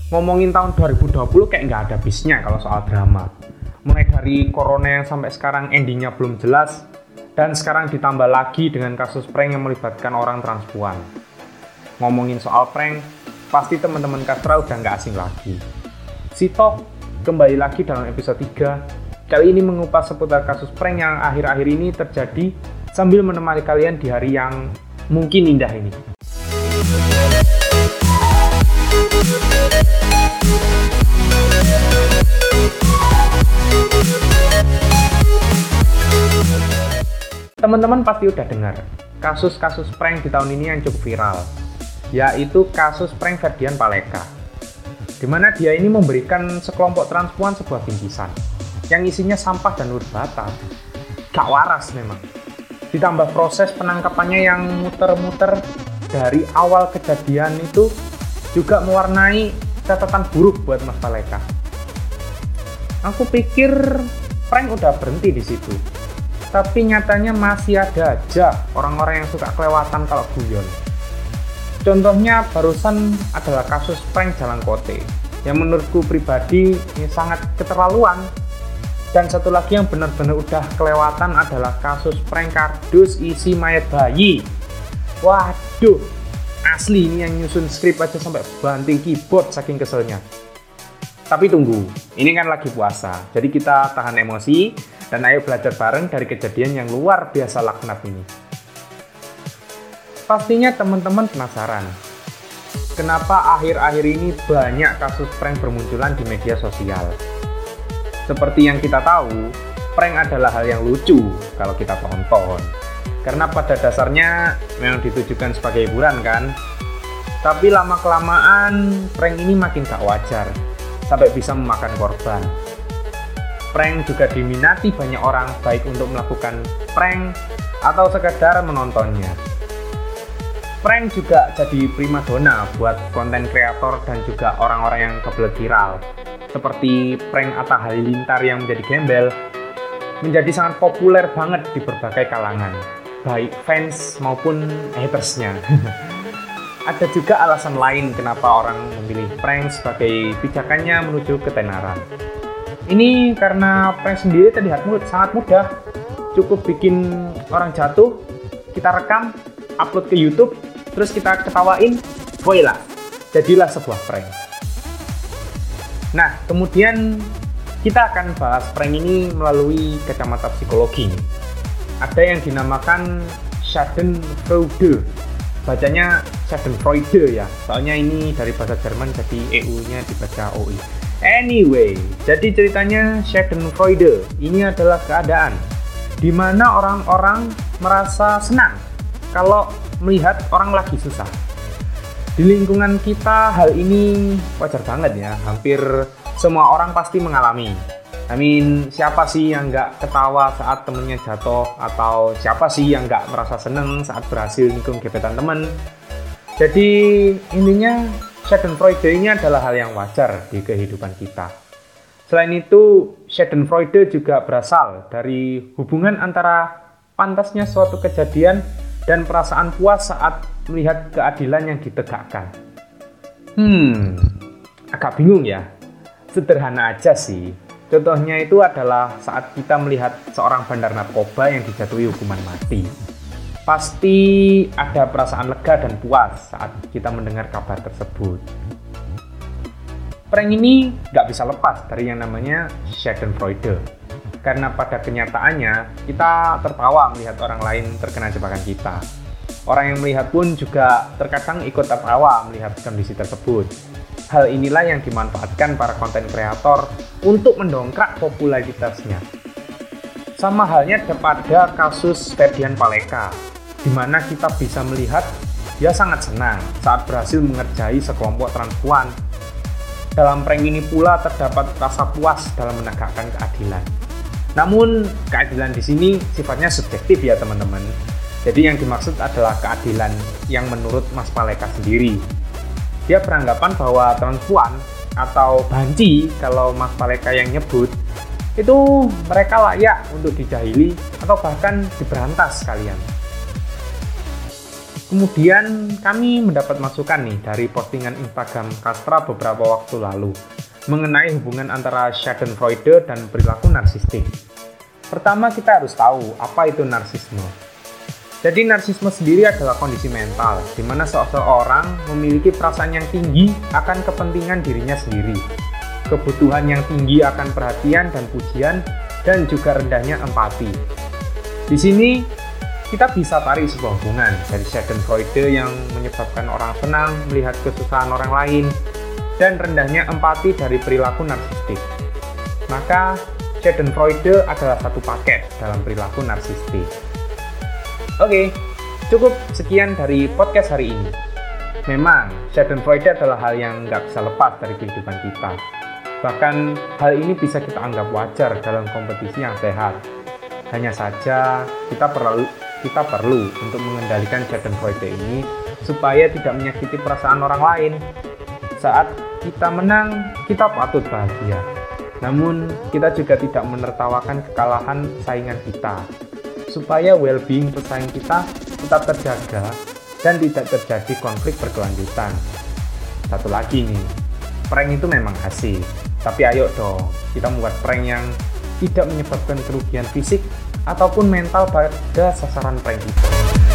Ngomongin tahun 2020 kayak nggak ada habisnya kalau soal drama. Mulai dari corona yang sampai sekarang endingnya belum jelas, dan sekarang ditambah lagi dengan kasus prank yang melibatkan orang transpuan. Ngomongin soal prank, pasti teman-teman Kastra udah nggak asing lagi. Sito kembali lagi dalam episode 3. Kali ini mengupas seputar kasus prank yang akhir-akhir ini terjadi sambil menemani kalian di hari yang mungkin indah ini. Teman-teman pasti udah dengar kasus-kasus prank di tahun ini yang cukup viral, yaitu kasus prank Ferdian Paleka, di mana dia ini memberikan sekelompok transpuan sebuah bingkisan yang isinya sampah dan ludah bata. Gak waras memang. Ditambah proses penangkapannya yang muter-muter dari awal kejadian itu juga mewarnai catatan buruk buat Mas Paleka. Aku pikir prank udah berhenti di situ. Tapi nyatanya masih ada aja orang-orang yang suka kelewatan kalau guyon. Contohnya barusan adalah kasus prank Jalan Kote yang menurutku pribadi ini sangat keterlaluan. Dan satu lagi yang benar-benar udah kelewatan adalah kasus prank kardus isi mayat bayi. Waduh, asli ini yang nyusun skrip aja sampai banting keyboard saking keselnya. Tapi tunggu, ini kan lagi puasa, jadi kita tahan emosi dan ayo belajar bareng dari kejadian yang luar biasa laknat ini. Pastinya teman-teman penasaran, kenapa akhir-akhir ini banyak kasus prank bermunculan di media sosial. Seperti yang kita tahu, prank adalah hal yang lucu kalau kita tonton. Karena pada dasarnya memang ditujukan sebagai hiburan kan. Tapi lama-kelamaan prank ini makin gak wajar, sampai bisa memakan korban. Prank juga diminati banyak orang, baik untuk melakukan prank atau sekedar menontonnya. Prank juga jadi primadona buat konten kreator dan juga orang-orang yang kebelet viral. Seperti prank Atta Halilintar yang menjadi gembel, menjadi sangat populer banget di berbagai kalangan, baik fans maupun hatersnya. Ada juga alasan lain kenapa orang memilih prank sebagai pijakannya menuju ketenaran. Ini karena prank sendiri terlihat sangat mudah. Cukup bikin orang jatuh, kita rekam, upload ke YouTube, terus kita ketawain, voila, jadilah sebuah prank. Nah, kemudian kita akan bahas prank ini melalui kacamata psikologi. Ada yang dinamakan Schadenfreude. Bacanya Schadenfreude ya, soalnya ini dari bahasa Jerman jadi EU-nya dibaca OI. Anyway, jadi ceritanya Schadenfreude ini adalah keadaan di mana orang-orang merasa senang kalau melihat orang lagi susah. Di lingkungan kita hal ini wajar banget ya, hampir semua orang pasti mengalami. Siapa sih yang nggak ketawa saat temennya jatuh? Atau siapa sih yang nggak merasa seneng saat berhasil nikung gebetan temen? Jadi intinya Schadenfreude ini adalah hal yang wajar di kehidupan kita. Selain itu, Schadenfreude juga berasal dari hubungan antara pantasnya suatu kejadian dan perasaan puas saat melihat keadilan yang ditegakkan. Agak bingung ya? Sederhana aja sih. Contohnya itu adalah saat kita melihat seorang bandar narkoba yang dijatuhi hukuman mati. Pasti ada perasaan lega dan puas saat kita mendengar kabar tersebut. Prank ini nggak bisa lepas dari yang namanya Schadenfreude. Karena pada kenyataannya, kita tertawa melihat orang lain terkena jebakan kita. Orang yang melihat pun juga terkadang ikut tertawa melihat kondisi tersebut. Hal inilah yang dimanfaatkan para konten kreator untuk mendongkrak popularitasnya. Sama halnya pada kasus Ferdian Paleka, di mana kita bisa melihat dia sangat senang saat berhasil mengerjai sekelompok transpuan. Dalam prank ini pula terdapat rasa puas dalam menegakkan keadilan. Namun keadilan di sini sifatnya subjektif ya teman-teman. Jadi yang dimaksud adalah keadilan yang menurut Mas Paleka sendiri. Dia beranggapan bahwa transpuan atau banci, kalau Mas Paleka yang nyebut, itu mereka layak untuk dijahili atau bahkan diberantas sekalian. Kemudian kami mendapat masukan nih dari postingan Instagram Kastra beberapa waktu lalu mengenai hubungan antara Schadenfreude dan perilaku narsistik. Pertama, kita harus tahu apa itu narsisme. Jadi narsisme sendiri adalah kondisi mental di mana seseorang memiliki perasaan yang tinggi akan kepentingan dirinya sendiri, kebutuhan yang tinggi akan perhatian dan pujian, dan juga rendahnya empati. Di sini kita bisa tarik sebuah hubungan dari Schadenfreude yang menyebabkan orang senang melihat kesusahan orang lain dan rendahnya empati dari perilaku narsistik. Maka Schadenfreude adalah satu paket dalam perilaku narsistik. Oke, cukup sekian dari podcast hari ini. Memang Schadenfreude adalah hal yang nggak bisa lepas dari kehidupan kita. Bahkan hal ini bisa kita anggap wajar dalam kompetisi yang sehat. Hanya saja kita perlu untuk mengendalikan Schadenfreude ini supaya tidak menyakiti perasaan orang lain. Saat kita menang, kita patut bahagia. Namun, kita juga tidak menertawakan kekalahan saingan kita, supaya well-being pesaing kita tetap terjaga dan tidak terjadi konflik berkelanjutan. Satu lagi nih, prank itu memang asik, tapi ayo dong, kita membuat prank yang tidak menyebabkan kerugian fisik ataupun mental pada sasaran prank kita.